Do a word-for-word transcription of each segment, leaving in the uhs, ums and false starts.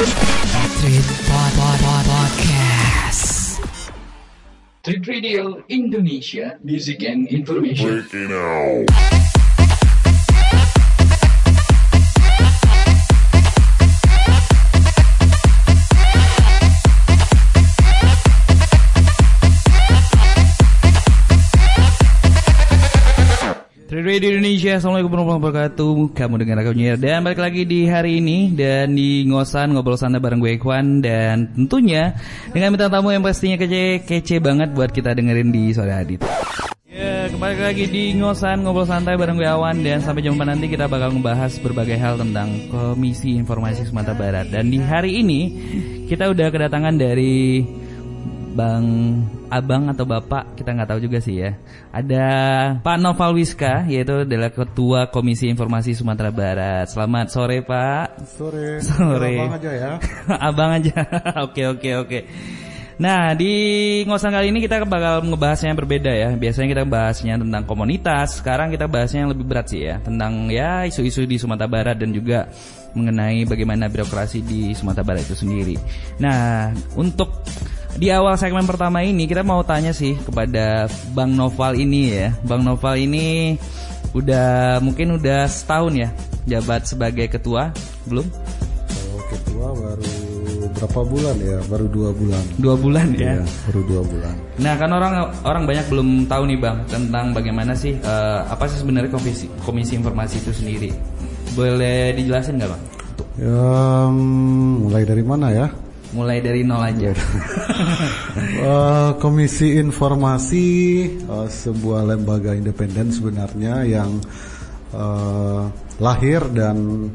Treat Pod Pod Pod Podcast. Treat Radio Indonesia, Music and Information. Breaking out. Radio Indonesia, assalamualaikum warahmatullahi wabarakatuh. Kamu dengar aku Nyer dan balik lagi di hari ini dan di Ngosan Ngobrol Santai bareng gue Ikhwan. Dan tentunya dengan bintang tamu yang pastinya kece kece banget buat kita dengerin di sore hari. Ya, kembali lagi di Ngosan Ngobrol Santai bareng gue Awan. Dan sampai jumpa nanti kita bakal membahas berbagai hal tentang Komisi Informasi Sumatera Barat. Dan di hari ini kita udah kedatangan dari Bang Abang atau Bapak, kita nggak tahu juga sih ya. Ada Pak Noval Wiska, yaitu adalah Ketua Komisi Informasi Sumatera Barat. Selamat sore Pak. Sore. Sore. Abang aja ya. Abang aja. Oke oke oke. Nah, di ngosan kali ini kita bakal ngebahasnya yang berbeda ya. Biasanya kita bahasnya tentang komunitas. Sekarang kita bahasnya yang lebih berat sih ya, tentang ya isu-isu di Sumatera Barat dan juga mengenai bagaimana birokrasi di Sumatera Barat itu sendiri. Nah, untuk di awal segmen pertama ini kita mau tanya sih kepada Bang Noval ini ya. Bang Noval ini udah mungkin udah setahun ya jabat sebagai ketua, belum? Kalau ketua baru berapa bulan ya? Baru dua bulan. Dua bulan ya? Iya, baru dua bulan. Nah kan orang orang banyak belum tahu nih Bang tentang bagaimana sih uh, apa sih sebenarnya komisi komisi informasi itu sendiri. Boleh dijelasin nggak Bang? Ya, mulai dari mana ya? Mulai dari nol aja. uh, Komisi Informasi uh, sebuah lembaga independen sebenarnya yang uh, lahir dan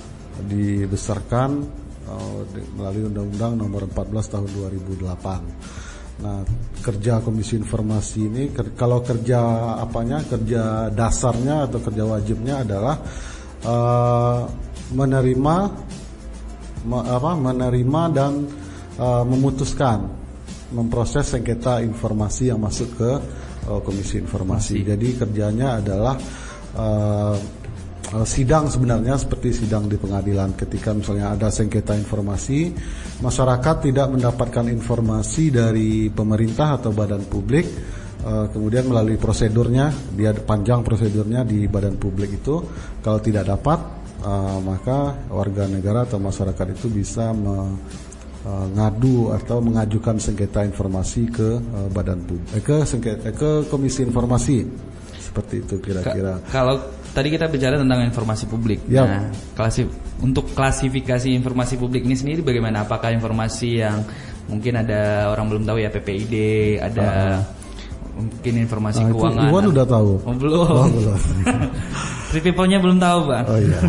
dibesarkan uh, di, melalui Undang-Undang Nomor empat belas Tahun dua ribu delapan. Nah, kerja Komisi Informasi ini ker, kalau kerja apanya, kerja dasarnya atau kerja wajibnya adalah uh, menerima apa menerima dan uh, memutuskan memproses sengketa informasi yang masuk ke uh, Komisi Informasi. Masih. Jadi kerjanya adalah uh, uh, sidang sebenarnya seperti sidang di pengadilan. Ketika misalnya ada sengketa informasi, masyarakat tidak mendapatkan informasi dari pemerintah atau badan publik, uh, kemudian melalui prosedurnya, dia panjang prosedurnya di badan publik itu, kalau tidak dapat Uh, maka warga negara atau masyarakat itu bisa mengadu uh, atau mengajukan sengketa informasi ke uh, badan publik, eh, ke sengketa, eh, ke Komisi Informasi, seperti itu kira-kira. Ka- kalau tadi kita bicara tentang informasi publik, yep. Nah klasif, untuk klasifikasi informasi publik ini sendiri bagaimana? Apakah informasi yang mungkin ada orang belum tahu ya P P I D, ada uh-huh. mungkin informasi nah, keuangan? Iwan udah tahu. Oh, belum. Oh, belum. Three people-nya belum tahu Bang. Oh iya.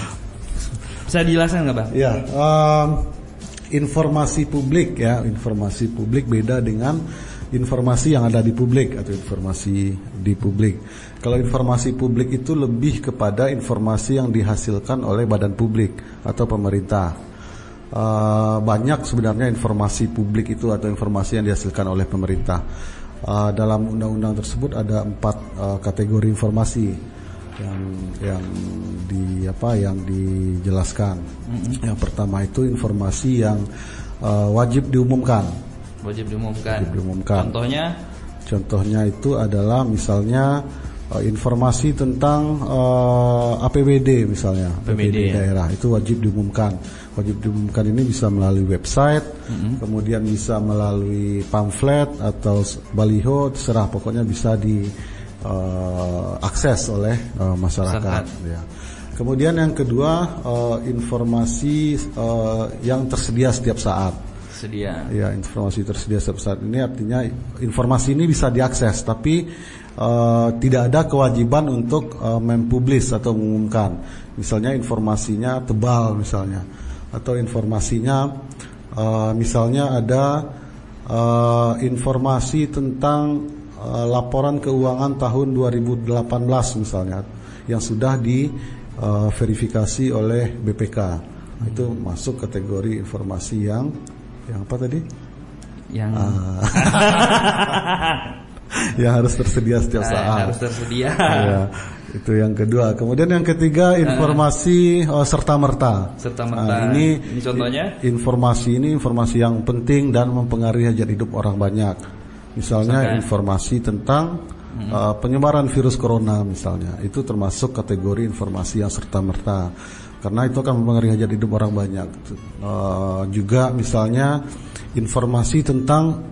Bisa dijelaskan nggak Bang? Ya, um, informasi publik ya, informasi publik beda dengan informasi yang ada di publik atau informasi di publik. Kalau informasi publik itu lebih kepada informasi yang dihasilkan oleh badan publik atau pemerintah. Uh, banyak sebenarnya informasi publik itu atau informasi yang dihasilkan oleh pemerintah. Uh, dalam undang-undang tersebut ada empat uh, kategori informasi yang yang di apa yang dijelaskan. Mm-hmm. Yang pertama itu informasi yang uh, wajib diumumkan. Wajib diumumkan. Wajib diumumkan. Contohnya? Contohnya itu adalah misalnya uh, informasi tentang uh, A P B D misalnya, A P B D, A P B D ya? Daerah itu wajib diumumkan. Wajib diumumkan ini bisa melalui website, mm-hmm. kemudian bisa melalui pamflet atau baliho, terserah, pokoknya bisa di Uh, akses oleh uh, masyarakat. Ya. Kemudian yang kedua uh, informasi uh, yang tersedia setiap saat. Sedia. Ya, informasi tersedia setiap saat ini artinya informasi ini bisa diakses, tapi uh, tidak ada kewajiban untuk uh, mempublish atau mengumumkan. Misalnya informasinya tebal misalnya, atau informasinya uh, misalnya ada uh, informasi tentang laporan keuangan tahun dua ribu delapan belas misalnya yang sudah diverifikasi uh, oleh B P K. Nah, itu masuk kategori informasi yang yang apa tadi? Yang uh. yang harus tersedia setiap Nah, saat. harus tersedia. Ya, itu yang kedua. Kemudian yang ketiga informasi uh, serta merta. Serta merta. Nah, ini, ini contohnya? Informasi ini informasi yang penting dan mempengaruhi hajat hidup orang banyak. Misalnya Misalkan. informasi tentang hmm. uh, penyebaran virus corona misalnya. Itu termasuk kategori informasi yang serta merta. Karena itu akan mempengaruhi hajat hidup orang banyak. Uh, juga misalnya informasi tentang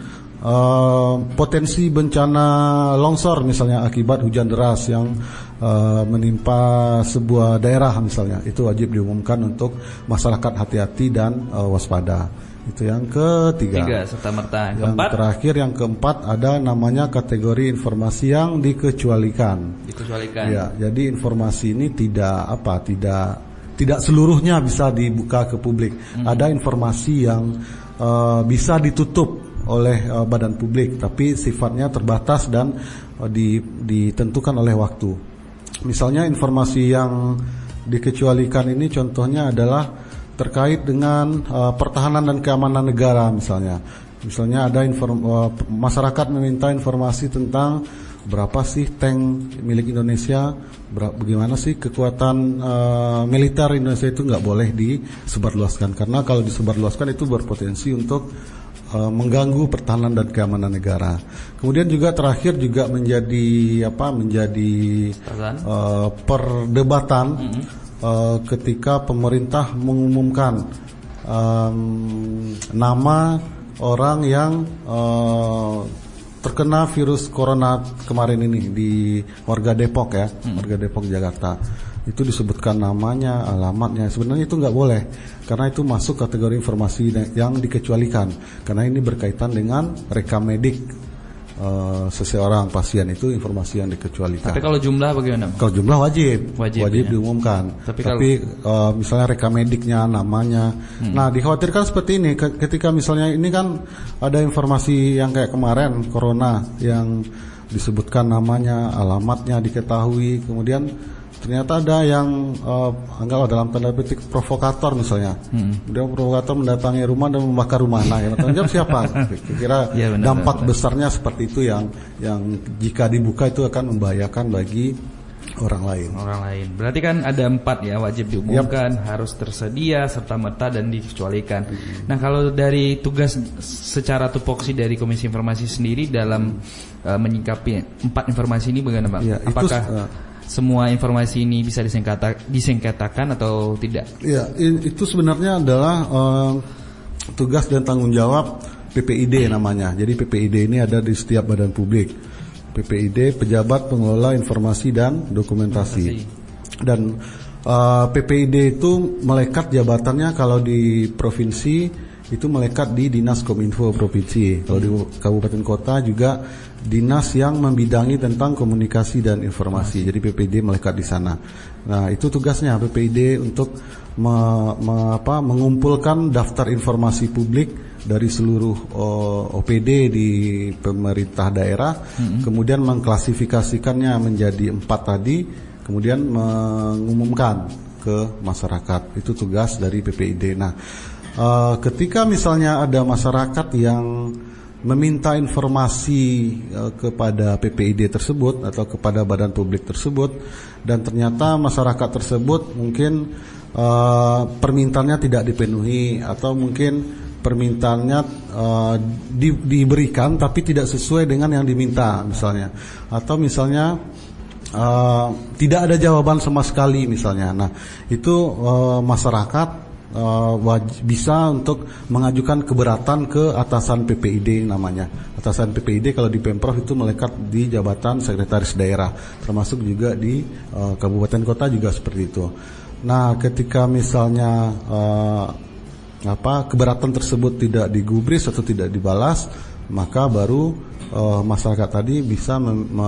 Uh, potensi bencana longsor misalnya akibat hujan deras yang uh, menimpa sebuah daerah misalnya, itu wajib diumumkan untuk masyarakat hati-hati dan uh, waspada. Itu yang ketiga. Tiga, serta merta. Yang keempat? Terakhir yang keempat ada namanya kategori informasi yang dikecualikan. Dikecualikan. Ya, jadi informasi ini tidak apa tidak tidak seluruhnya bisa dibuka ke publik. Hmm. Ada informasi yang uh, bisa ditutup oleh uh, badan publik, tapi sifatnya terbatas dan uh, di, ditentukan oleh waktu. Misalnya informasi yang dikecualikan ini contohnya adalah terkait dengan uh, pertahanan dan keamanan negara misalnya. Misalnya ada inform, uh, masyarakat meminta informasi tentang berapa sih tank milik Indonesia, berapa, bagaimana sih kekuatan uh, militer Indonesia, itu nggak boleh disebarluaskan karena kalau disebarluaskan itu berpotensi untuk mengganggu pertahanan dan keamanan negara. Kemudian juga terakhir juga menjadi apa menjadi uh, perdebatan mm-hmm. uh, ketika pemerintah mengumumkan um, nama orang yang uh, terkena virus corona kemarin ini di warga Depok ya, mm-hmm. warga Depok Jakarta. Itu disebutkan namanya, alamatnya. Sebenarnya itu nggak boleh karena itu masuk kategori informasi yang dikecualikan karena ini berkaitan dengan rekam medik uh, seseorang pasien, itu informasi yang dikecualikan. Tapi kalau jumlah bagaimana? Kalau jumlah wajib, wajib, wajib ya? diumumkan. Tapi, Tapi kalau... uh, misalnya rekam mediknya, namanya. Hmm. Nah, dikhawatirkan seperti ini ketika misalnya ini kan ada informasi yang kayak kemarin corona yang disebutkan namanya, alamatnya diketahui, kemudian ternyata ada yang uh, anggaplah dalam tanda petik provokator misalnya, hmm. dia provokator mendatangi rumah dan membakar rumah. Nah, yang tanggung jawab siapa? Kira-kira ya, dampak benar. besarnya seperti itu yang yang jika dibuka itu akan membahayakan bagi orang lain. Orang lain. Berarti kan ada empat ya, wajib diumumkan, yep. harus tersedia, serta merta dan dikecualikan. Hmm. Nah, kalau dari tugas secara tupoksi dari Komisi Informasi sendiri dalam uh, menyikapi empat informasi ini bagaimana, Bang? Ya, Apakah itu, uh, semua informasi ini bisa disengketa, disengketakan atau tidak? Ya, itu sebenarnya adalah uh, tugas dan tanggung jawab P P I D namanya. Jadi P P I D ini ada di setiap badan publik. P P I D, Pejabat Pengelola Informasi dan Dokumentasi. Dan uh, P P I D itu melekat jabatannya kalau di provinsi itu melekat di Dinas Kominfo provinsi. Kalau di kabupaten kota juga dinas yang membidangi tentang komunikasi dan informasi. Jadi P P I D melekat di sana. Nah, itu tugasnya P P I D untuk me, me, apa, mengumpulkan daftar informasi publik dari seluruh uh, O P D di pemerintah daerah, mm-hmm. kemudian mengklasifikasikannya menjadi empat tadi, kemudian mengumumkan ke masyarakat. Itu tugas dari P P I D. Nah, uh, ketika misalnya ada masyarakat yang meminta informasi uh, kepada P P I D tersebut atau kepada badan publik tersebut, dan ternyata masyarakat tersebut mungkin uh, permintaannya tidak dipenuhi atau mungkin permintaannya uh, di, diberikan tapi tidak sesuai dengan yang diminta misalnya, atau misalnya uh, tidak ada jawaban sama sekali misalnya. Nah, itu uh, masyarakat uh, wajib, bisa untuk mengajukan keberatan ke atasan P P I D namanya. Atasan P P I D kalau di Pemprov itu melekat di jabatan sekretaris daerah, termasuk juga di uh, kabupaten kota juga seperti itu. Nah, ketika misalnya uh, apa keberatan tersebut tidak digubris atau tidak dibalas, maka baru uh, masyarakat tadi bisa mem, me,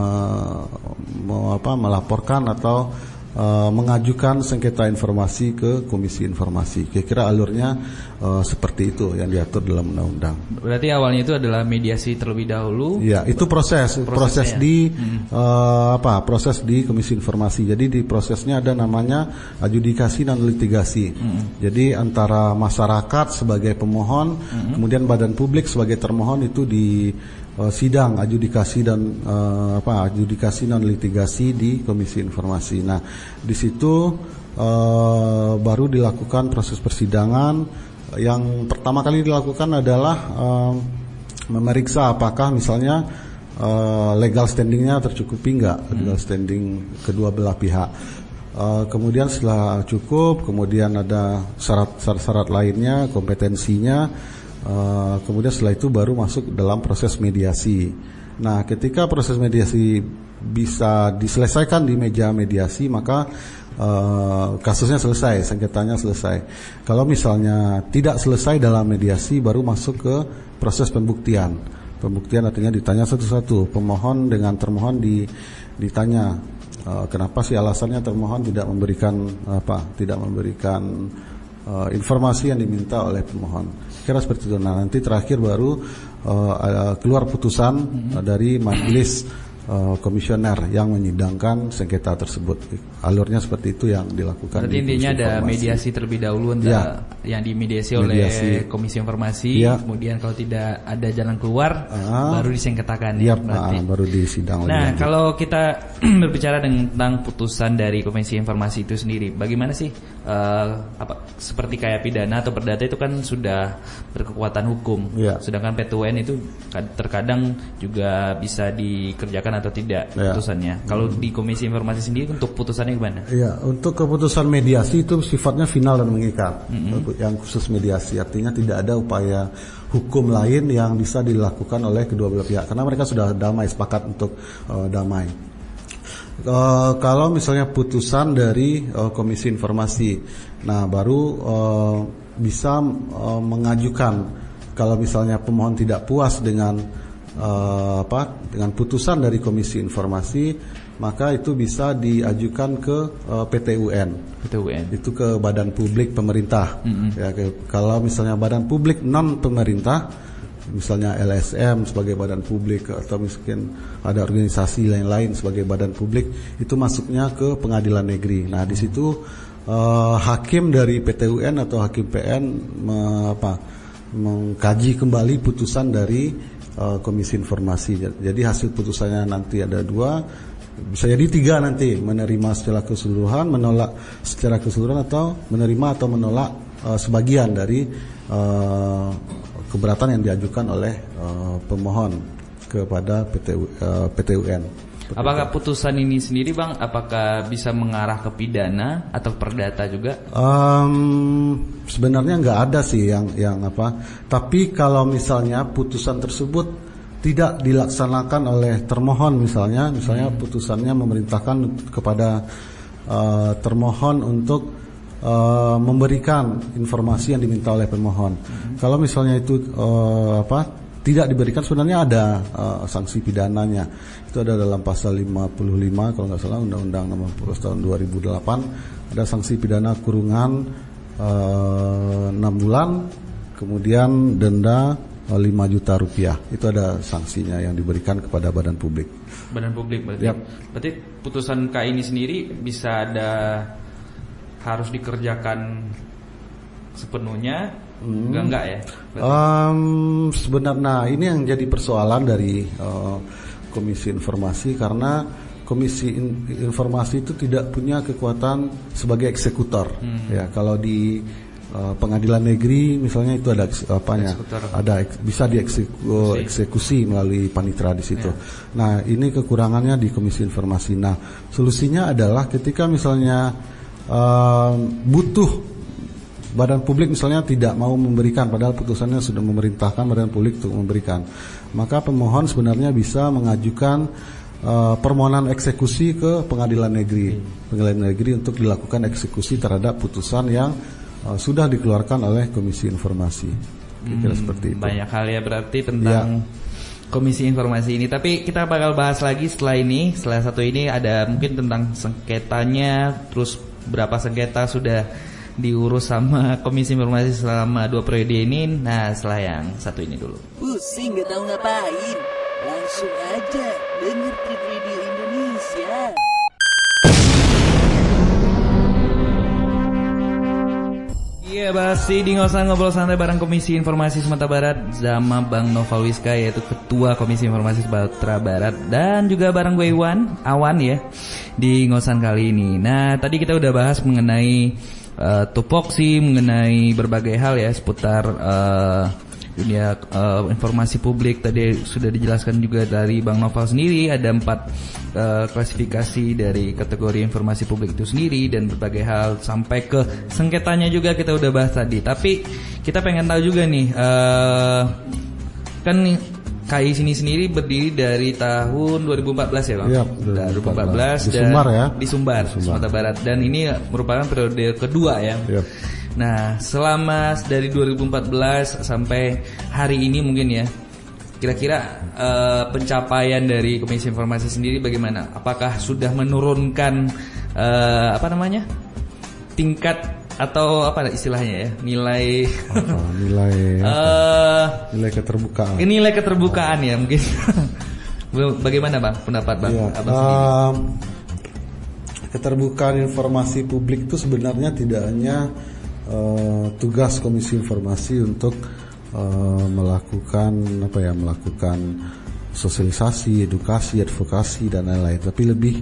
me, apa, melaporkan atau uh, mengajukan sengketa informasi ke Komisi Informasi. Kira-kira alurnya uh, seperti itu yang diatur dalam undang-undang. Berarti awalnya itu adalah mediasi terlebih dahulu. Ya, itu proses Prosesnya. proses di hmm. uh, apa proses di Komisi Informasi. Jadi di prosesnya ada namanya adjudikasi dan litigasi. Hmm. Jadi antara masyarakat sebagai pemohon, hmm. kemudian badan publik sebagai termohon itu di uh, sidang adjudikasi dan uh, apa adjudikasi non litigasi di Komisi Informasi. Nah, di situ uh, baru dilakukan proses persidangan. Yang pertama kali dilakukan adalah uh, memeriksa apakah misalnya uh, legal standingnya tercukupi enggak, hmm. legal standing kedua belah pihak. Uh, kemudian setelah cukup, kemudian ada syarat-syarat lainnya, kompetensinya. Uh, kemudian setelah itu baru masuk dalam proses mediasi. Nah, ketika proses mediasi bisa diselesaikan di meja mediasi, maka Uh, kasusnya selesai, sengketanya selesai. Kalau misalnya tidak selesai dalam mediasi, baru masuk ke proses pembuktian. Pembuktian artinya ditanya satu-satu. Pemohon dengan termohon di, ditanya uh, kenapa sih alasannya termohon tidak memberikan apa, tidak memberikan uh, informasi yang diminta oleh pemohon. Kira seperti itu. Nah, nanti terakhir baru uh, keluar putusan uh, dari majelis Uh, komisioner yang menyidangkan sengketa tersebut. Alurnya seperti itu yang dilakukan. Berarti intinya ada mediasi terlebih dahulu ya, yang dimediasi mediasi. oleh Komisi Informasi, ya. Kemudian kalau tidak ada jalan keluar ah, baru disengketakan ya, ah, baru disidang. Nah, lagi. Kalau kita berbicara tentang putusan dari Komisi Informasi itu sendiri, bagaimana sih uh, apa seperti kayak pidana atau perdata itu kan sudah berkekuatan hukum, ya. Sedangkan P T U N itu terkadang juga bisa dikerjakan atau tidak putusannya. Ya. Kalau di Komisi Informasi sendiri untuk putusannya gimana? Iya, untuk keputusan mediasi itu sifatnya final dan mengikat. Mm-hmm. Yang khusus mediasi artinya tidak ada upaya hukum lain yang bisa dilakukan oleh kedua belah pihak karena mereka sudah damai, sepakat untuk uh, damai. Uh, kalau misalnya putusan dari uh, Komisi Informasi, nah baru uh, bisa uh, mengajukan kalau misalnya pemohon tidak puas dengan Uh, apa dengan putusan dari Komisi Informasi, maka itu bisa diajukan ke uh, P T U N. P T U N itu ke badan publik pemerintah. Mm-hmm. Ya, ke, kalau misalnya badan publik non pemerintah, misalnya L S M sebagai badan publik atau mungkin ada organisasi lain-lain sebagai badan publik, itu masuknya ke pengadilan negeri. Nah, di situ uh, hakim dari P T U N atau hakim P N me, apa, mengkaji kembali putusan dari Komisi Informasi. Jadi hasil putusannya nanti ada dua, bisa jadi tiga nanti, menerima secara keseluruhan, menolak secara keseluruhan, atau menerima atau menolak uh, sebagian dari uh, keberatan yang diajukan oleh uh, pemohon kepada P T U, uh, P T U N. Apakah putusan ini sendiri, Bang, apakah bisa mengarah ke pidana atau perdata juga? Um, sebenarnya nggak ada sih yang yang apa. Tapi kalau misalnya putusan tersebut tidak dilaksanakan oleh termohon, misalnya, misalnya hmm. putusannya memerintahkan kepada uh, termohon untuk uh, memberikan informasi yang diminta oleh pemohon. Hmm. Kalau misalnya itu uh, apa? tidak diberikan, sebenarnya ada uh, sanksi pidananya. Itu ada dalam pasal lima puluh lima kalau nggak salah Undang-Undang Nomor sepuluh Tahun dua ribu delapan, ada sanksi pidana kurungan uh, enam bulan, kemudian denda uh, lima juta rupiah. Itu ada sanksinya yang diberikan kepada badan publik. Badan publik berarti. Yep. Berarti putusan K ini sendiri bisa ada harus dikerjakan sepenuhnya. Hmm. Enggak, enggak ya? Um, sebenarnya ini yang jadi persoalan dari uh, Komisi Informasi, karena Komisi in, Informasi itu tidak punya kekuatan sebagai eksekutor. Hmm. Ya, kalau di uh, pengadilan negeri misalnya itu ada apanya? Eksekutor. Ada eks, bisa dieksekusi melalui panitera di situ. Ya. Nah, ini kekurangannya di Komisi Informasi. Nah, solusinya adalah ketika misalnya uh, butuh badan publik misalnya tidak mau memberikan, padahal putusannya sudah memerintahkan badan publik untuk memberikan, maka pemohon sebenarnya bisa mengajukan uh, permohonan eksekusi ke pengadilan negeri, pengadilan negeri untuk dilakukan eksekusi terhadap putusan yang uh, sudah dikeluarkan oleh Komisi Informasi. Kira-kira hmm, seperti itu. Banyak hal ya berarti tentang ya. Komisi Informasi ini. Tapi kita bakal bahas lagi setelah ini. Setelah satu ini ada mungkin tentang sengketanya, terus berapa sengketa sudah diurus sama Komisi Informasi selama dua periode ini. Nah, setelah yang satu ini dulu. Pusing gak tahu ngapain? Langsung aja denger Trip Radio Indonesia. Iya, Ya, pasti di ngosan ngobrol santai bareng Komisi Informasi Sumatera Barat sama Bang Noval Wiska, yaitu Ketua Komisi Informasi Sumatera Barat, dan juga bareng gue Iwan Awan ya di ngosan kali ini. Nah, tadi kita udah bahas mengenai uh, tupoksi, mengenai berbagai hal ya seputar uh, dunia uh, informasi publik. Tadi sudah dijelaskan juga dari Bang Noval sendiri, ada empat uh, klasifikasi dari kategori informasi publik itu sendiri dan berbagai hal sampai ke sengketanya juga kita udah bahas tadi. Tapi kita pengen tahu juga nih, uh, kan K I sini sendiri berdiri dari tahun dua ribu empat belas ya Bang? Iya, dua ribu empat belas di Sumbar ya. Di Sumbar, Sumbar, Sumatera Barat, dan ini merupakan periode kedua ya. Iya. Nah, selama dari dua ribu empat belas sampai hari ini mungkin ya, kira-kira uh, pencapaian dari Komisi Informasi sendiri bagaimana? Apakah sudah menurunkan uh, apa namanya tingkat atau apa istilahnya ya, nilai apa, nilai uh, nilai keterbukaan? Nilai keterbukaan ya mungkin. Bagaimana Bang pendapat Bang? Ya, Abang sendiri? Um, keterbukaan informasi publik itu sebenarnya tidak hanya Uh, tugas Komisi Informasi untuk uh, melakukan apa ya melakukan sosialisasi, edukasi, advokasi dan lain-lain, tapi lebih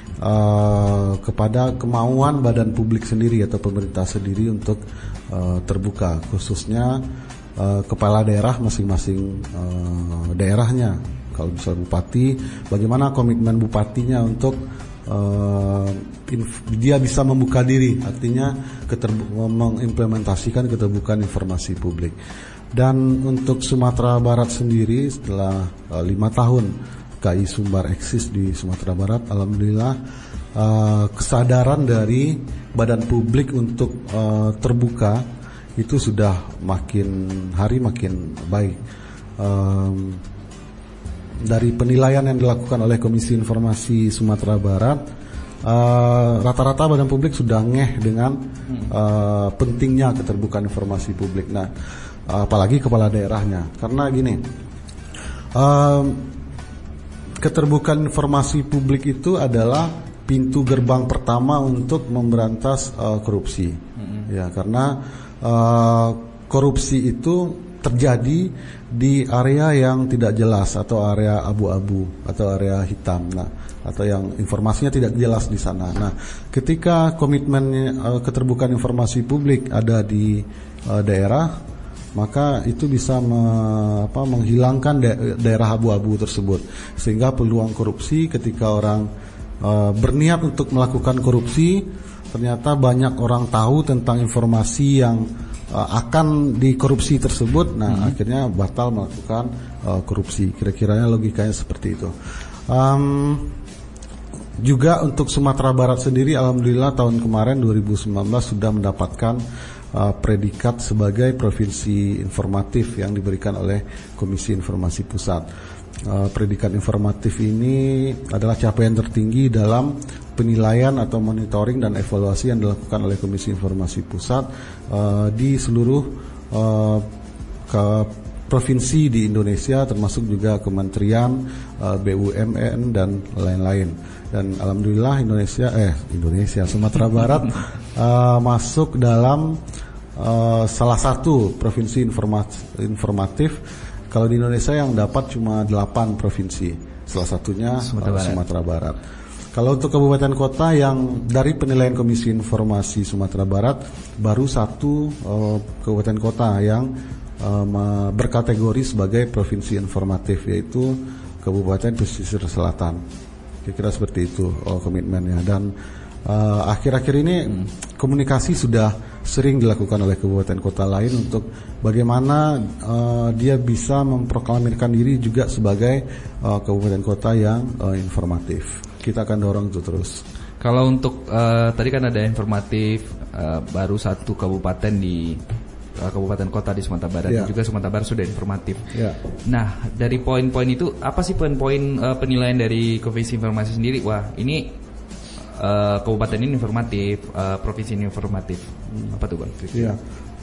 uh, kepada kemauan badan publik sendiri atau pemerintah sendiri untuk uh, terbuka, khususnya uh, kepala daerah masing-masing uh, daerahnya. Kalau misalnya bupati, bagaimana komitmen bupatinya untuk Uh, inf- dia bisa membuka diri, artinya keterbu- mengimplementasikan keterbukaan informasi publik. Dan untuk Sumatera Barat sendiri, setelah uh, lima tahun K I Sumbar eksis di Sumatera Barat, alhamdulillah uh, kesadaran dari badan publik untuk uh, terbuka itu sudah makin hari makin baik. Um, Dari penilaian yang dilakukan oleh Komisi Informasi Sumatera Barat, uh, rata-rata badan publik sudah ngeh dengan uh, pentingnya keterbukaan informasi publik. Nah, uh, apalagi kepala daerahnya, karena gini, uh, keterbukaan informasi publik itu adalah pintu gerbang pertama untuk memberantas uh, korupsi. Mm-hmm. Ya, karena uh, korupsi itu terjadi di area yang tidak jelas atau area abu-abu atau area hitam, nah, atau yang informasinya tidak jelas di sana. Nah, ketika komitmen uh, keterbukaan informasi publik ada di uh, daerah, maka itu bisa me, apa, menghilangkan da- daerah abu-abu tersebut, sehingga peluang korupsi ketika orang uh, berniat untuk melakukan korupsi, ternyata banyak orang tahu tentang informasi yang akan dikorupsi tersebut, nah hmm. akhirnya batal melakukan uh, korupsi. Kira-kiranya logikanya seperti itu. Um, juga untuk Sumatera Barat sendiri, alhamdulillah tahun kemarin dua ribu sembilan belas sudah mendapatkan uh, predikat sebagai provinsi informatif yang diberikan oleh Komisi Informasi Pusat. Uh, predikat informatif ini adalah capaian tertinggi dalam penilaian atau monitoring dan evaluasi yang dilakukan oleh Komisi Informasi Pusat uh, di seluruh uh, ke provinsi di Indonesia, termasuk juga kementerian, uh, B U M N dan lain-lain. Dan alhamdulillah Indonesia eh Indonesia Sumatera Barat uh, masuk dalam uh, salah satu provinsi informat- informatif. Kalau di Indonesia yang dapat cuma delapan provinsi, salah satunya Sumatera, uh, Barat. Sumatera Barat. Kalau untuk kabupaten kota yang dari penilaian Komisi Informasi Sumatera Barat, baru satu uh, kabupaten kota yang uh, berkategori sebagai provinsi informatif, yaitu Kabupaten Pesisir Selatan. Kira-kira seperti itu oh, komitmennya. Dan uh, akhir-akhir ini hmm. komunikasi sudah sering dilakukan oleh kabupaten kota lain untuk bagaimana uh, dia bisa memproklamirkan diri juga sebagai uh, kabupaten kota yang uh, informatif. Kita akan dorong itu terus. Kalau untuk uh, tadi kan ada informatif uh, baru satu kabupaten di uh, kabupaten kota di Sumatera Barat, yeah. juga Sumatera Barat sudah informatif. Yeah. Nah, dari poin-poin itu apa sih poin-poin uh, penilaian dari Komisi Informasi sendiri? Wah, ini Uh, kabupaten ini informatif, uh, provinsi ini informatif. Hmm. Apa tuh Bang? Iya.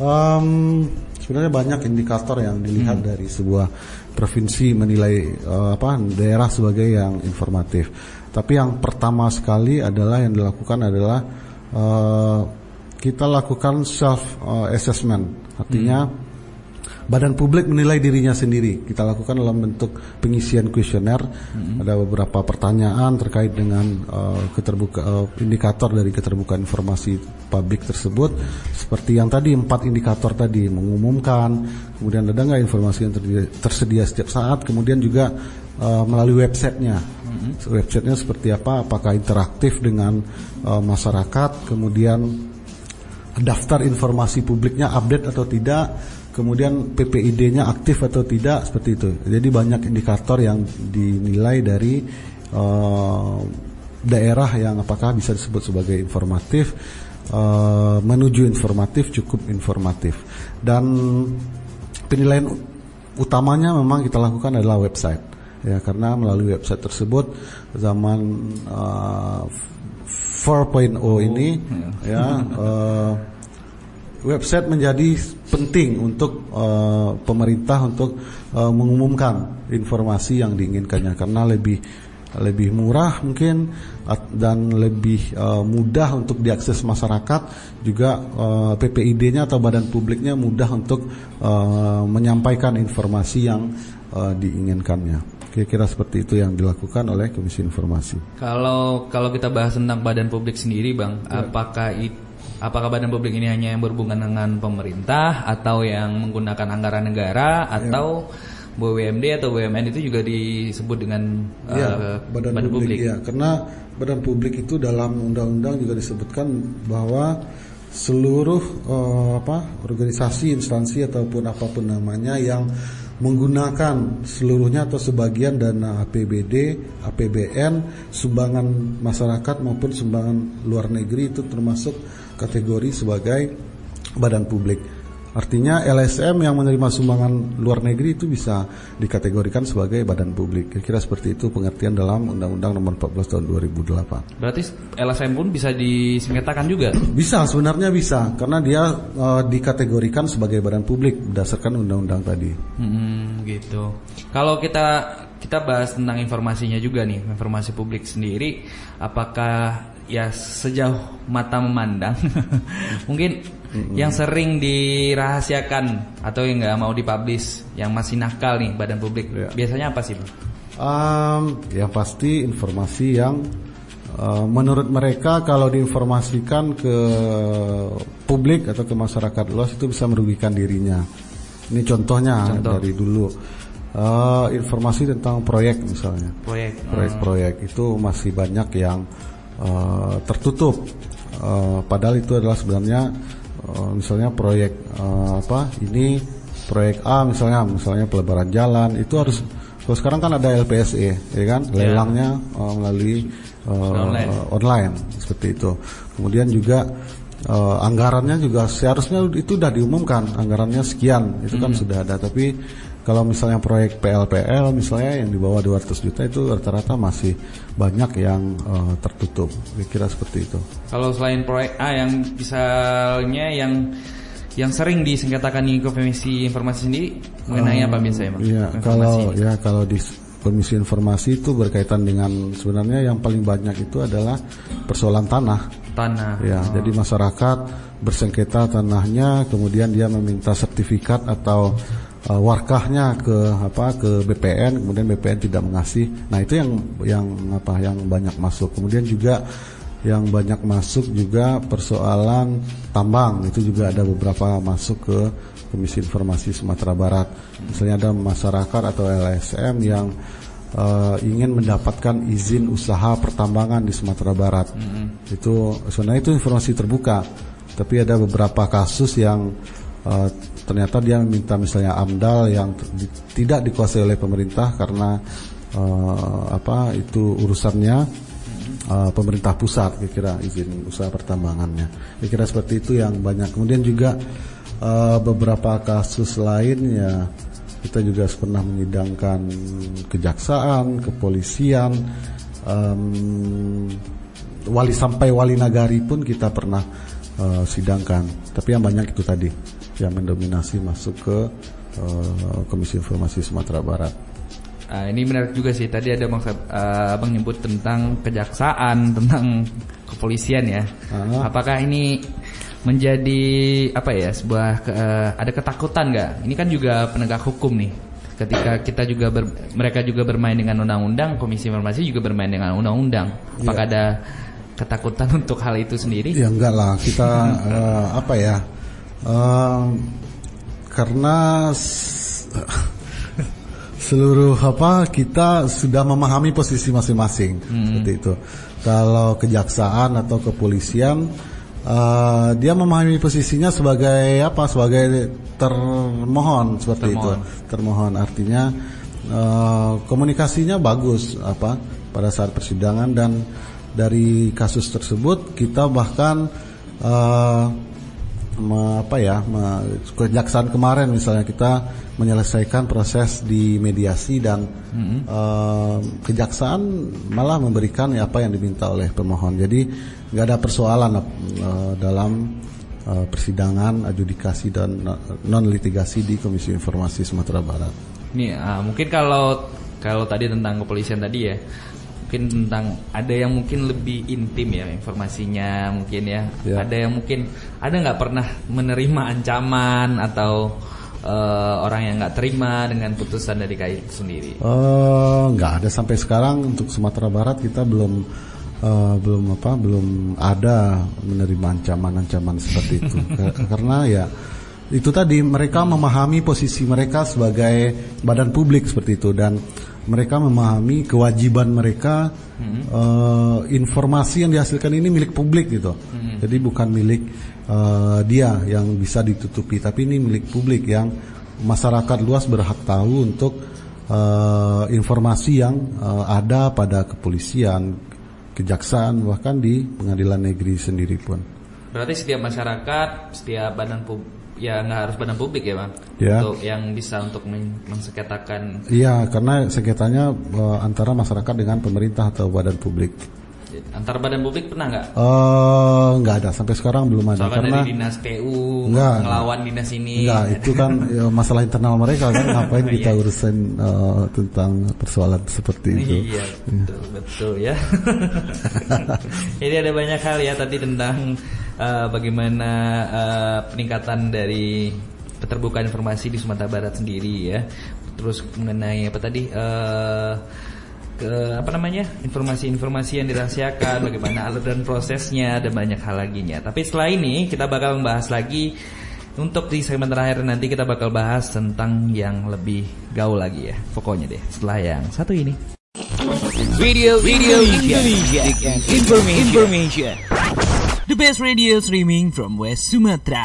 Um, sebenarnya banyak indikator yang dilihat hmm. dari sebuah provinsi menilai uh, apa daerah sebagai yang informatif. Tapi yang pertama sekali adalah yang dilakukan adalah uh, kita lakukan self uh, assessment, artinya hmm. badan publik menilai dirinya sendiri. Kita lakukan dalam bentuk pengisian kuesioner. Mm-hmm. Ada beberapa pertanyaan terkait dengan uh, keterbuka uh, indikator dari keterbukaan informasi publik tersebut. Seperti yang tadi, empat indikator tadi, mengumumkan, kemudian ada nggak informasi yang tersedia, tersedia setiap saat, kemudian juga uh, melalui websitenya. Mm-hmm. Websitenya seperti apa? Apakah interaktif dengan uh, masyarakat? Kemudian daftar informasi publiknya update atau tidak? Kemudian P P I D-nya aktif atau tidak, seperti itu. Jadi banyak indikator yang dinilai dari uh, daerah yang apakah bisa disebut sebagai informatif, uh, menuju informatif, cukup informatif. Dan penilaian utamanya memang kita lakukan adalah website, ya, karena melalui website tersebut zaman uh, empat titik nol ini, ya. Uh, Website menjadi penting untuk uh, pemerintah untuk uh, mengumumkan informasi yang diinginkannya, karena lebih lebih murah mungkin dan lebih uh, mudah untuk diakses masyarakat, juga uh, P P I D-nya atau badan publiknya mudah untuk uh, menyampaikan informasi yang uh, diinginkannya. Kira-kira seperti itu yang dilakukan oleh Komisi Informasi. Kalau kalau kita bahas tentang badan publik sendiri, Bang, ya. apakah itu Apakah badan publik ini hanya yang berhubungan dengan pemerintah atau yang menggunakan anggaran negara atau ya. B U M D atau B U M N itu juga disebut dengan ya, uh, badan, badan publik? publik. Ya, karena badan publik itu dalam undang-undang juga disebutkan bahwa seluruh uh, apa organisasi, instansi ataupun apapun namanya yang menggunakan seluruhnya atau sebagian dana A P B D, A P B N, sumbangan masyarakat maupun sumbangan luar negeri itu termasuk kategori sebagai badan publik. Artinya L S M yang menerima sumbangan luar negeri itu bisa dikategorikan sebagai badan publik. Kira-kira seperti itu pengertian dalam Undang-Undang Nomor empat belas Tahun dua ribu delapan. Berarti L S M pun bisa disengketakan juga? Bisa, sebenarnya bisa, karena dia uh, dikategorikan sebagai badan publik berdasarkan undang-undang tadi. Hmm, gitu. Kalau kita kita bahas tentang informasinya juga nih, informasi publik sendiri, apakah ya sejauh mata memandang mungkin mm-hmm. yang sering dirahasiakan atau yang nggak mau dipublish, yang masih nakal nih badan publik, ya. Biasanya apa sih, Bang? Um, ya pasti informasi yang uh, menurut mereka kalau diinformasikan ke publik atau ke masyarakat luas itu bisa merugikan dirinya. Ini contohnya Contoh. dari dulu. Uh, informasi tentang proyek misalnya, proyek, proyek-proyek uh. itu masih banyak yang uh, tertutup. Uh, padahal itu adalah sebenarnya uh, misalnya proyek uh, apa ini proyek A misalnya, misalnya pelebaran jalan itu harus. Kalau sekarang kan ada L P S E, ya kan, lelangnya uh, melalui uh, online. Uh, online seperti itu. Kemudian juga uh, anggarannya juga seharusnya itu sudah diumumkan, anggarannya sekian, itu kan hmm. sudah ada. Tapi kalau misalnya proyek P L P L misalnya yang di bawah dua ratus juta itu rata-rata masih banyak yang uh, tertutup. Kira-kira seperti itu. Kalau selain proyek A yang misalnya yang yang sering disengketakan di Komisi Informasi sendiri mengenai uh, apa biasanya, Bang? Iya, kalau ya kalau di Komisi Informasi itu berkaitan dengan sebenarnya yang paling banyak itu adalah persoalan tanah. Tanah. Ya, oh. Jadi masyarakat bersengketa tanahnya, kemudian dia meminta sertifikat atau Uh, warkahnya ke apa ke B P N, kemudian B P N tidak mengasih. Nah, itu yang yang apa yang banyak masuk. Kemudian juga yang banyak masuk juga persoalan tambang, itu juga ada beberapa masuk ke Komisi Informasi Sumatera Barat. Misalnya ada masyarakat atau L S M yang uh, ingin mendapatkan izin usaha pertambangan di Sumatera Barat. Mm-hmm. Itu sebenarnya itu informasi terbuka. Tapi ada beberapa kasus yang uh, ternyata dia meminta misalnya AMDAL yang t- tidak dikuasai oleh pemerintah karena uh, apa itu urusannya uh, pemerintah pusat, kira-kira izin usaha pertambangannya. Kira-kira seperti itu yang banyak. Kemudian juga uh, beberapa kasus lain ya kita juga pernah menyidangkan kejaksaan, kepolisian, um, wali sampai wali nagari pun kita pernah uh, sidangkan. Tapi yang banyak itu tadi yang mendominasi masuk ke uh, Komisi Informasi Sumatera Barat. Uh, ini menarik juga sih. Tadi ada bang, uh, abang nyebut tentang kejaksaan, tentang kepolisian ya. Uh-huh. Apakah ini menjadi apa ya sebuah uh, ada ketakutan nggak? Ini kan juga penegak hukum nih. Ketika kita juga ber, mereka juga bermain dengan undang-undang, Komisi Informasi juga bermain dengan undang-undang. Apakah ya. ada ketakutan untuk hal itu sendiri? Ya enggak lah, kita uh, apa ya? Uh, karena s- seluruh apa kita sudah memahami posisi masing-masing hmm. seperti itu. Kalau kejaksaan atau kepolisian Uh, dia memahami posisinya sebagai apa? Sebagai termohon seperti termohon. itu. Termohon artinya uh, komunikasinya bagus apa pada saat persidangan, dan dari kasus tersebut kita bahkan uh, me, apa ya? Me, kejaksaan kemarin misalnya kita menyelesaikan proses di mediasi dan mm-hmm. uh, kejaksaan malah memberikan ya, apa yang diminta oleh pemohon. Jadi nggak ada persoalan uh, dalam uh, persidangan, adjudikasi dan non litigasi di Komisi Informasi Sumatera Barat. Nih, uh, mungkin kalau kalau tadi tentang kepolisian tadi ya, mungkin tentang ada yang mungkin lebih intim ya informasinya mungkin ya. ya. Ada yang mungkin ada nggak pernah menerima ancaman atau uh, orang yang nggak terima dengan putusan dari K I itu sendiri? Uh, nggak ada sampai sekarang untuk Sumatera Barat kita belum. Uh, belum apa belum ada menerima ancaman-ancaman seperti itu. Karena ya itu tadi mereka memahami posisi mereka sebagai badan publik seperti itu, dan mereka memahami kewajiban mereka hmm. uh, informasi yang dihasilkan ini milik publik gitu. Hmm. Jadi bukan milik uh, dia yang bisa ditutupi, tapi ini milik publik yang masyarakat luas berhak tahu untuk uh, informasi yang uh, ada pada kepolisian, kejaksaan, bahkan di pengadilan negeri sendiri pun. Berarti setiap masyarakat, setiap badan publik, ya nggak harus badan publik ya bang, ya. Untuk yang bisa untuk mensengketakan. Iya, karena sengketanya uh, antara masyarakat dengan pemerintah atau badan publik. Antar badan publik pernah nggak? Uh, nggak ada, sampai sekarang belum ada. Soalnya karena dari dinas P U enggak, ngelawan dinas ini. Enggak, itu kan ya, masalah internal mereka kan, ngapain kita urusin uh, tentang persoalan seperti itu. Iya, betul, betul ya. Jadi ada banyak hal ya tadi tentang uh, bagaimana uh, peningkatan dari keterbukaan informasi di Sumatera Barat sendiri ya. Terus mengenai apa tadi? Uh, ke apa namanya informasi-informasi yang dirahasiakan, bagaimana alur dan prosesnya, dan banyak hal laginya. Tapi setelah ini kita bakal membahas lagi. Untuk di segmen terakhir nanti kita bakal bahas tentang yang lebih gaul lagi ya. Pokoknya deh setelah yang satu ini. Radio Radio Indonesia, information. information The best radio streaming from West Sumatra.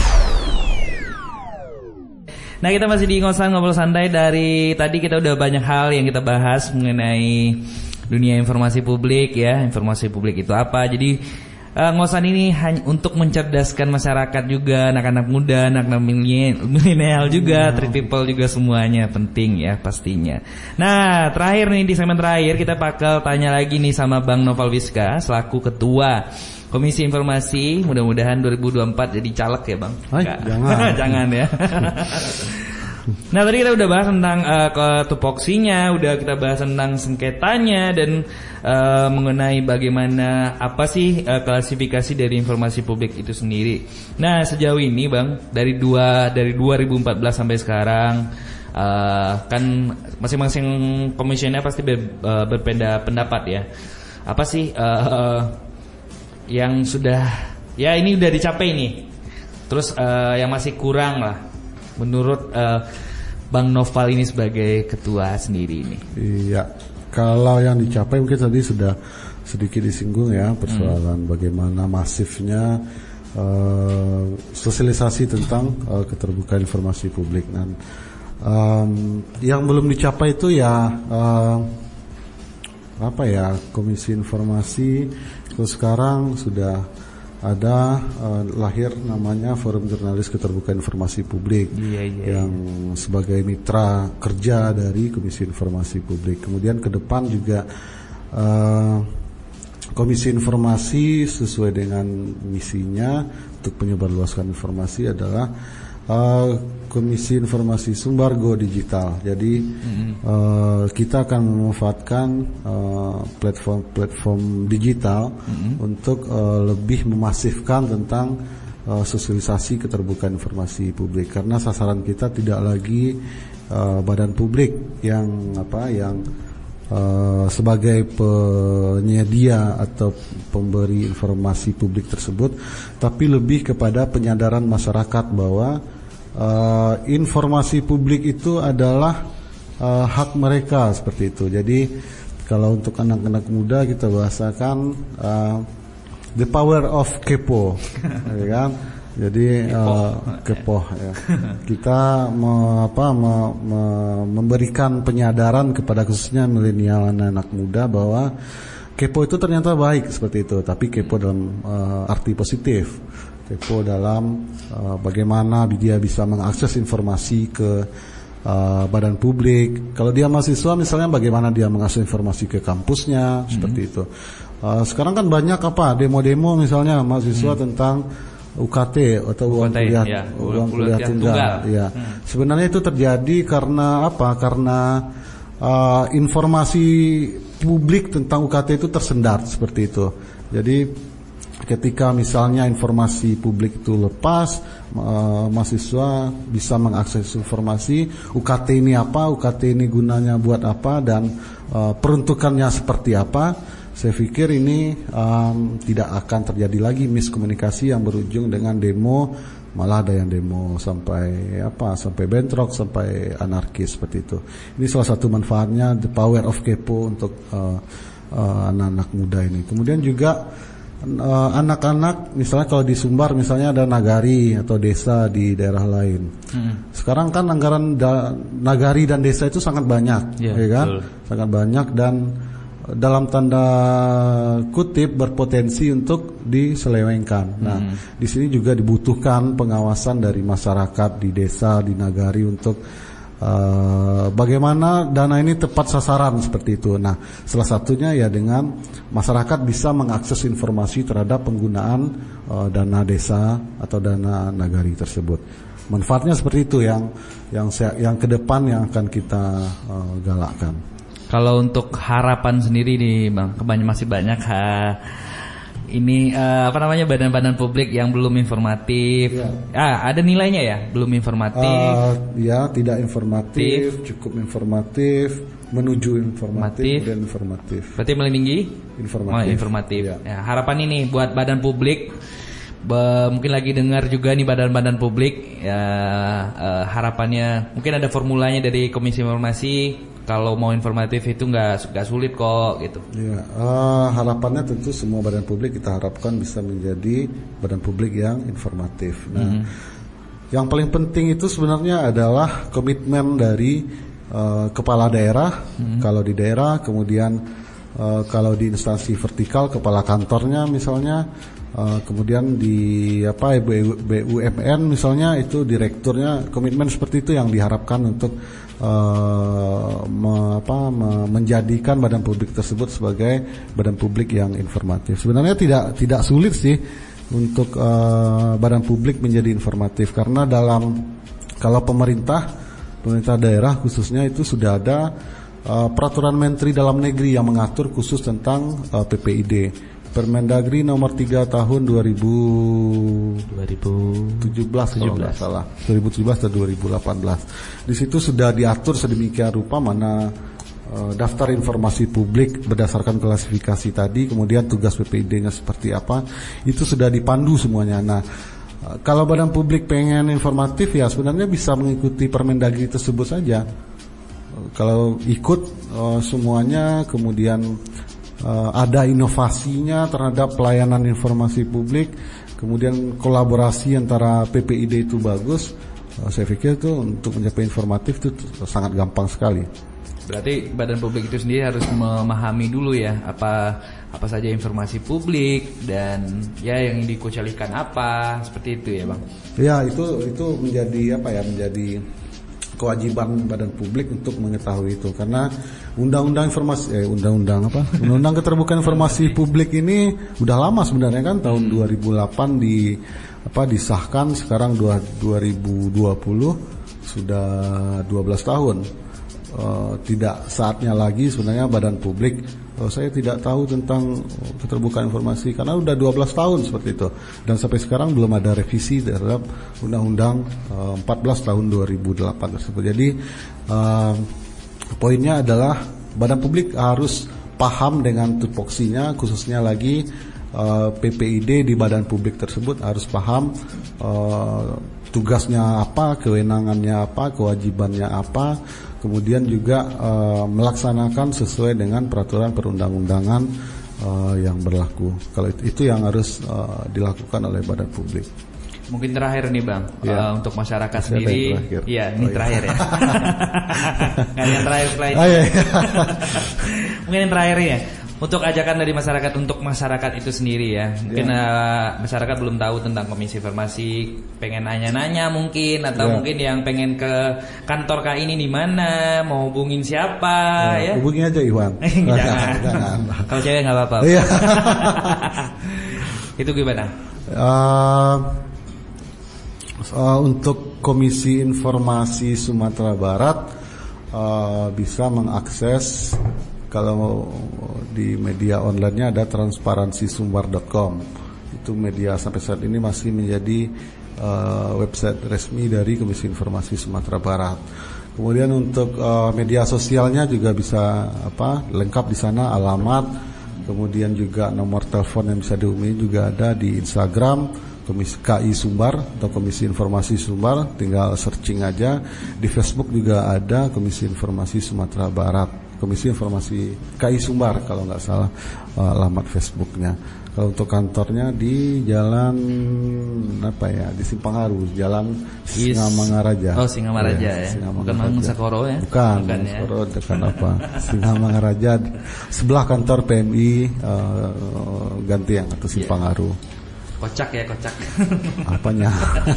Nah, kita masih di Ngosan Ngobrol Santai. Dari tadi kita udah banyak hal yang kita bahas mengenai dunia informasi publik ya. Informasi publik itu apa? Jadi uh, Ngosan ini hanya untuk mencerdaskan masyarakat juga, anak-anak muda, anak-anak milenial juga, street people juga, semuanya penting ya pastinya. Nah, terakhir nih di segmen terakhir kita bakal tanya lagi nih sama Bang Noval Wiska selaku ketua Komisi Informasi, mudah-mudahan dua ribu dua puluh empat jadi caleg ya bang. Hai, jangan. Jangan ya. Nah tadi kita udah bahas tentang uh, ketupoksinya, udah kita bahas tentang sengketanya, dan uh, mengenai bagaimana apa sih uh, klasifikasi dari informasi publik itu sendiri. Nah sejauh ini bang, dari dua dari dua ribu empat belas sampai sekarang, uh, kan masing-masing komisioner pasti ber, uh, berbeda pendapat ya. Apa sih uh, uh, yang sudah ya ini udah dicapai nih, terus uh, yang masih kurang lah menurut uh, Bang Noval ini sebagai ketua sendiri ini? Iya, kalau yang dicapai mungkin tadi sudah sedikit disinggung ya, persoalan hmm. bagaimana masifnya uh, sosialisasi tentang uh, keterbukaan informasi publik. Dan um, yang belum dicapai itu ya uh, apa ya, Komisi Informasi terus sekarang sudah ada uh, lahir namanya Forum Jurnalis Keterbukaan Informasi Publik, iya, iya, yang iya. sebagai mitra kerja dari Komisi Informasi Publik. Kemudian ke depan juga uh, Komisi Informasi sesuai dengan misinya untuk penyebarluaskan informasi adalah uh, Komisi Informasi Sumbargo Digital. Jadi mm-hmm. uh, kita akan memanfaatkan uh, platform-platform digital mm-hmm. untuk uh, lebih memasifkan tentang uh, sosialisasi keterbukaan informasi publik, karena sasaran kita tidak lagi uh, badan publik yang apa yang uh, sebagai penyedia atau pemberi informasi publik tersebut, tapi lebih kepada penyadaran masyarakat bahwa uh, informasi publik itu adalah uh, hak mereka, seperti itu. Jadi kalau untuk anak-anak muda kita bahasakan uh, the power of kepo, ya kan? Jadi uh, kepo, ya. Kita me, apa, me, me, memberikan penyadaran kepada khususnya milenial, anak-anak muda bahwa kepo itu ternyata baik, seperti itu. Tapi kepo dalam uh, arti positif, kepo dalam uh, bagaimana dia bisa mengakses informasi ke Uh, badan publik. Kalau dia mahasiswa misalnya bagaimana dia mengakses informasi ke kampusnya, hmm. seperti itu. Uh, sekarang kan banyak apa demo-demo misalnya mahasiswa hmm. tentang U K T atau uang kuliah, ya, uang kuliah tunggal. tunggal. Ya. Hmm. Sebenarnya itu terjadi karena apa? Karena uh, informasi publik tentang U K T itu tersendat, seperti itu. Jadi ketika misalnya informasi publik itu lepas, uh, mahasiswa bisa mengakses informasi U K T ini apa, U K T ini gunanya buat apa, dan uh, peruntukannya seperti apa. Saya pikir ini um, tidak akan terjadi lagi miskomunikasi yang berujung dengan demo, malah ada yang demo sampai apa, sampai bentrok, sampai anarkis, seperti itu. Ini salah satu manfaatnya the power of kepo untuk uh, uh, anak-anak muda ini. Kemudian juga Uh, anak-anak misalnya kalau di Sumbar misalnya ada nagari atau desa di daerah lain. Hmm. Sekarang kan anggaran da- nagari dan desa itu sangat banyak, yeah, ya kan? Betul. Sangat banyak dan dalam tanda kutip berpotensi untuk diselewengkan. Hmm. Nah, di sini juga dibutuhkan pengawasan dari masyarakat di desa, di nagari untuk Uh, bagaimana dana ini tepat sasaran, seperti itu. Nah, salah satunya ya dengan masyarakat bisa mengakses informasi terhadap penggunaan uh, dana desa atau dana nagari tersebut. Manfaatnya seperti itu yang yang saya, yang ke depan yang akan kita uh, galakkan. Kalau untuk harapan sendiri nih, Bang, kebanyakan masih banyak ha, ini uh, apa namanya badan-badan publik yang belum informatif. Ya. Ah, ada nilainya ya, belum informatif. Uh, ya, tidak informatif, Tif. cukup informatif, menuju informatif, dan informatif. Berarti paling tinggi informatif. Oh, informatif. Ya. Ya, harapan ini buat badan publik, be, mungkin lagi dengar juga nih badan-badan publik. Ya, uh, harapannya mungkin ada formulanya dari Komisi Informasi. Kalau mau informatif itu nggak nggak sulit kok gitu. Ya, uh, harapannya tentu semua badan publik kita harapkan bisa menjadi badan publik yang informatif. Nah, mm-hmm. yang paling penting itu sebenarnya adalah komitmen dari uh, kepala daerah. Mm-hmm. Kalau di daerah, kemudian uh, kalau di instansi vertikal kepala kantornya misalnya, uh, kemudian di apa B U M N misalnya itu direkturnya, komitmen seperti itu yang diharapkan untuk Uh, me, apa, me, menjadikan badan publik tersebut sebagai badan publik yang informatif. Sebenarnya tidak tidak sulit sih untuk uh, badan publik menjadi informatif, karena dalam kalau pemerintah pemerintah daerah khususnya itu sudah ada uh, peraturan Menteri Dalam Negeri yang mengatur khusus tentang uh, P P I D. Permendagri nomor tiga tahun dua ribu tujuh belas kalau nggak salah, dua ribu tujuh belas atau dua ribu delapan belas. Di situ sudah diatur sedemikian rupa mana uh, daftar informasi publik berdasarkan klasifikasi tadi, kemudian tugas P P I D-nya seperti apa, itu sudah dipandu semuanya. Nah, uh, kalau badan publik pengen informatif ya sebenarnya bisa mengikuti Permendagri tersebut saja. Uh, kalau ikut uh, semuanya, kemudian Uh, ada inovasinya terhadap pelayanan informasi publik, kemudian kolaborasi antara P P I D itu bagus, uh, saya pikir itu untuk mencapai informatif itu sangat gampang sekali. Berarti badan publik itu sendiri harus memahami dulu ya apa apa saja informasi publik dan ya yang dikucilkan apa, seperti itu ya, Bang. Ya, itu itu menjadi apa ya menjadi kewajiban badan publik untuk mengetahui itu, karena undang-undang informasi eh undang-undang apa undang-undang keterbukaan informasi publik ini udah lama sebenarnya kan, tahun dua ribu delapan di apa disahkan, sekarang dua ribu dua puluh sudah dua belas tahun. Uh, tidak saatnya lagi sebenarnya badan publik oh, saya tidak tahu tentang keterbukaan informasi karena udah dua belas tahun seperti itu dan sampai sekarang belum ada revisi terhadap Undang-Undang uh, empat belas tahun dua ribu delapan tersebut. Jadi uh, poinnya adalah badan publik harus paham dengan tupoksinya, khususnya lagi uh, P P I D di badan publik tersebut harus paham uh, tugasnya apa, kewenangannya apa, kewajibannya apa, kemudian juga uh, melaksanakan sesuai dengan peraturan perundang-undangan uh, yang berlaku. Kalau itu, itu yang harus uh, dilakukan oleh badan publik. Mungkin terakhir nih Bang, ya. uh, untuk masyarakat Masih sendiri. Iya, ini oh, terakhir iya. ya. Kan yang terakhir selain. Oh, iya, iya. Mungkin yang terakhir ya. Untuk ajakan dari masyarakat untuk masyarakat itu sendiri ya. Mungkin yeah. uh, masyarakat belum tahu tentang Komisi Informasi, pengen nanya-nanya mungkin atau yeah. mungkin yang pengen ke kantor K I ini di mana, mau hubungin siapa yeah. ya. Hubungi aja Iwan. Jangan. Jangan. Kalau cewek enggak apa-apa. Yeah. Itu gimana? Uh, uh, untuk Komisi Informasi Sumatera Barat uh, bisa mengakses. Kalau di media online-nya ada transparansi sumbar dot com. Itu media sampai saat ini masih menjadi uh, website resmi dari Komisi Informasi Sumatera Barat. Kemudian untuk uh, media sosialnya juga bisa apa lengkap di sana, alamat, kemudian juga nomor telepon yang bisa dihubungi juga ada di Instagram Komisi K I Sumbar atau Komisi Informasi Sumbar, tinggal searching aja. Di Facebook juga ada Komisi Informasi Sumatera Barat. Komisi Informasi K I Sumbar kalau nggak salah uh, alamat Facebooknya. Kalau untuk kantornya di Jalan apa ya di Simpangharu, Jalan Singamangaraja. Oh Singamangaraja ya. ya. Bukan Mangunsekoro ya? Bukan, Mangunsekoro ya? Dekat apa? Singamangaraja sebelah kantor P M I uh, Gantiang atau Simpangharu. Yeah. Kocak ya kocak. Apanya?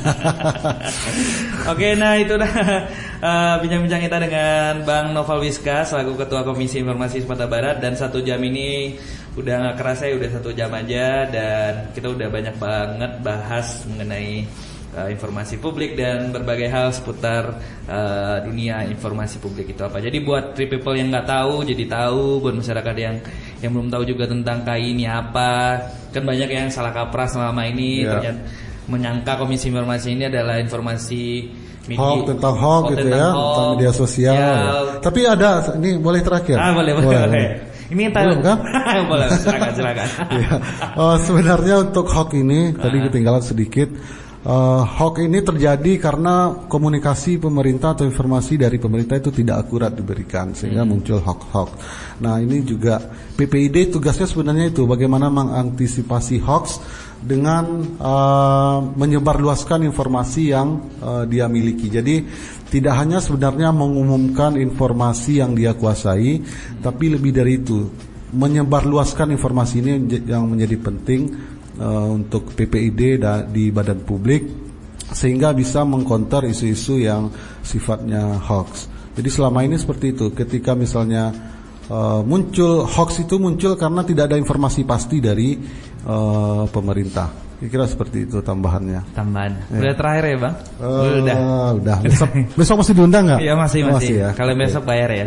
Oke, nah itu dah uh, bincang-bincang kita dengan Bang Noval Wiska selaku Ketua Komisi Informasi Sumatera Barat, dan satu jam ini udah nggak kerasa ya udah satu jam aja dan kita udah banyak banget bahas mengenai uh, informasi publik dan berbagai hal seputar uh, dunia informasi publik itu apa. Jadi buat three people yang nggak tahu jadi tahu, buat masyarakat yang yang belum tahu juga tentang K I ini apa. Kan banyak yang salah kaprah selama ini yeah. ternyata menyangka Komisi Informasi ini adalah informasi media, hoax tentang hoax gitu ya, hoax, tentang media sosial. Ya. Tapi ada ini boleh terakhir. Ah boleh boleh. boleh. boleh. Ini belum kan? Boleh silakan silakan. ya. uh, sebenarnya untuk hoax ini tadi ketinggalan sedikit. Uh, hoax ini terjadi karena komunikasi pemerintah atau informasi dari pemerintah itu tidak akurat diberikan sehingga hmm. muncul hoax-hoax. Nah ini juga P P I D tugasnya sebenarnya itu bagaimana mengantisipasi hoax dengan uh, menyebarluaskan informasi yang uh, dia miliki. Jadi tidak hanya sebenarnya mengumumkan informasi yang dia kuasai, hmm. tapi lebih dari itu menyebarluaskan informasi ini yang menjadi penting Uh, untuk P P I D da, di badan publik sehingga bisa mengkonter isu-isu yang sifatnya hoax. Jadi selama ini seperti itu, ketika misalnya uh, muncul hoax itu muncul karena tidak ada informasi pasti dari uh, pemerintah. Kira-kira seperti itu tambahannya. Tambahan. Ya. Udah terakhir ya Bang? Uh, udah. Udah. Besok, besok masih diundang nggak? Iya masih masih. masih ya? Kalau besok bayar ya.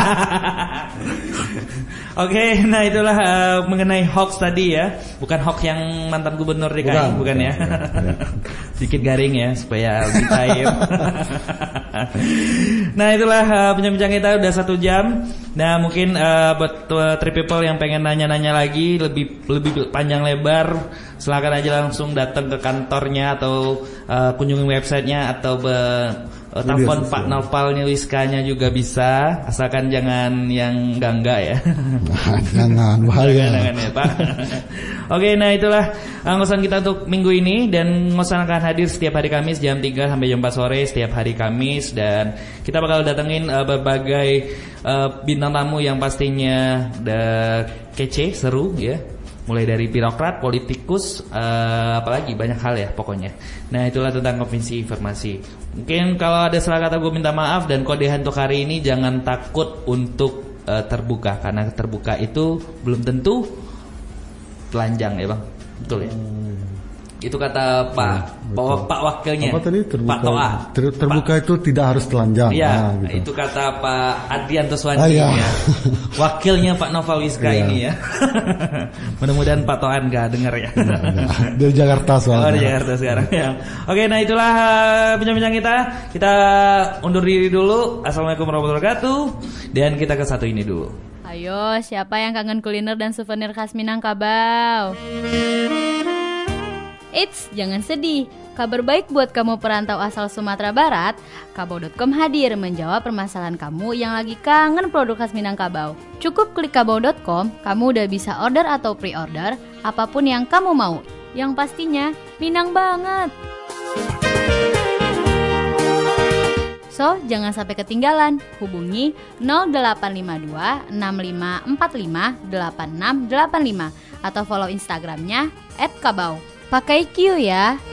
Oke, okay, nah itulah uh, mengenai hoax tadi ya. Bukan hoax yang mantan gubernur D K I, bukan, bukan ya. ya. Sedikit garing ya supaya lebih cair. Nah itulah uh, bincang-bincang kita udah satu jam. Nah mungkin uh, buat uh, three people yang pengen nanya-nanya lagi lebih lebih panjang lebar, silakan aja langsung datang ke kantornya atau uh, kunjungi websitenya atau be Uh, telepon Pak Novalnya Wiskanya juga bisa, asalkan jangan yang enggak-enggak ya. Nah, jangan bahaya. Jangan ya Pak. Oke, nah itulah ngosan kita untuk minggu ini, dan ngosan akan hadir setiap hari Kamis jam tiga sampai jam empat sore setiap hari Kamis, dan kita bakal datengin uh, berbagai uh, bintang tamu yang pastinya udah kece, seru ya. Mulai dari birokrat, politikus, uh, apalagi banyak hal ya pokoknya. Nah itulah tentang Komisi Informasi. Mungkin kalau ada salah kata gue minta maaf, dan kodehan untuk hari ini jangan takut untuk uh, terbuka, karena terbuka itu belum tentu telanjang ya Bang. Betul ya? Itu kata Pak betul. Pak, Pak Wakilnya. Apa tadi? Terbuka, Pak Toa. ter, terbuka Pak, itu tidak harus telanjang. Iya, nah, gitu. itu kata Pak Adrianto Swandi Ah, iya. ya. Wakilnya Pak Noval Wiska Iya. ini ya. Mudah-mudahan Pak Toan gak denger ya. Enggak, enggak. Dari Jakarta soalnya. Oh, di Jakarta sekarang ya. Oke, nah itulah uh, bincang-bincang kita. Kita undur diri dulu. Assalamualaikum warahmatullahi wabarakatuh. Dan kita ke satu ini dulu. Ayo, siapa yang kangen kuliner dan souvenir khas Minangkabau? Eits, jangan sedih. Kabar baik buat kamu perantau asal Sumatera Barat. Kabau dot com hadir menjawab permasalahan kamu yang lagi kangen produk khas Minangkabau. Cukup klik kabau dot com, kamu udah bisa order atau pre-order apapun yang kamu mau. Yang pastinya Minang banget. So, jangan sampai ketinggalan. Hubungi nol delapan lima dua enam lima empat lima delapan enam delapan lima atau follow Instagramnya et kabau. Pakai Q ya.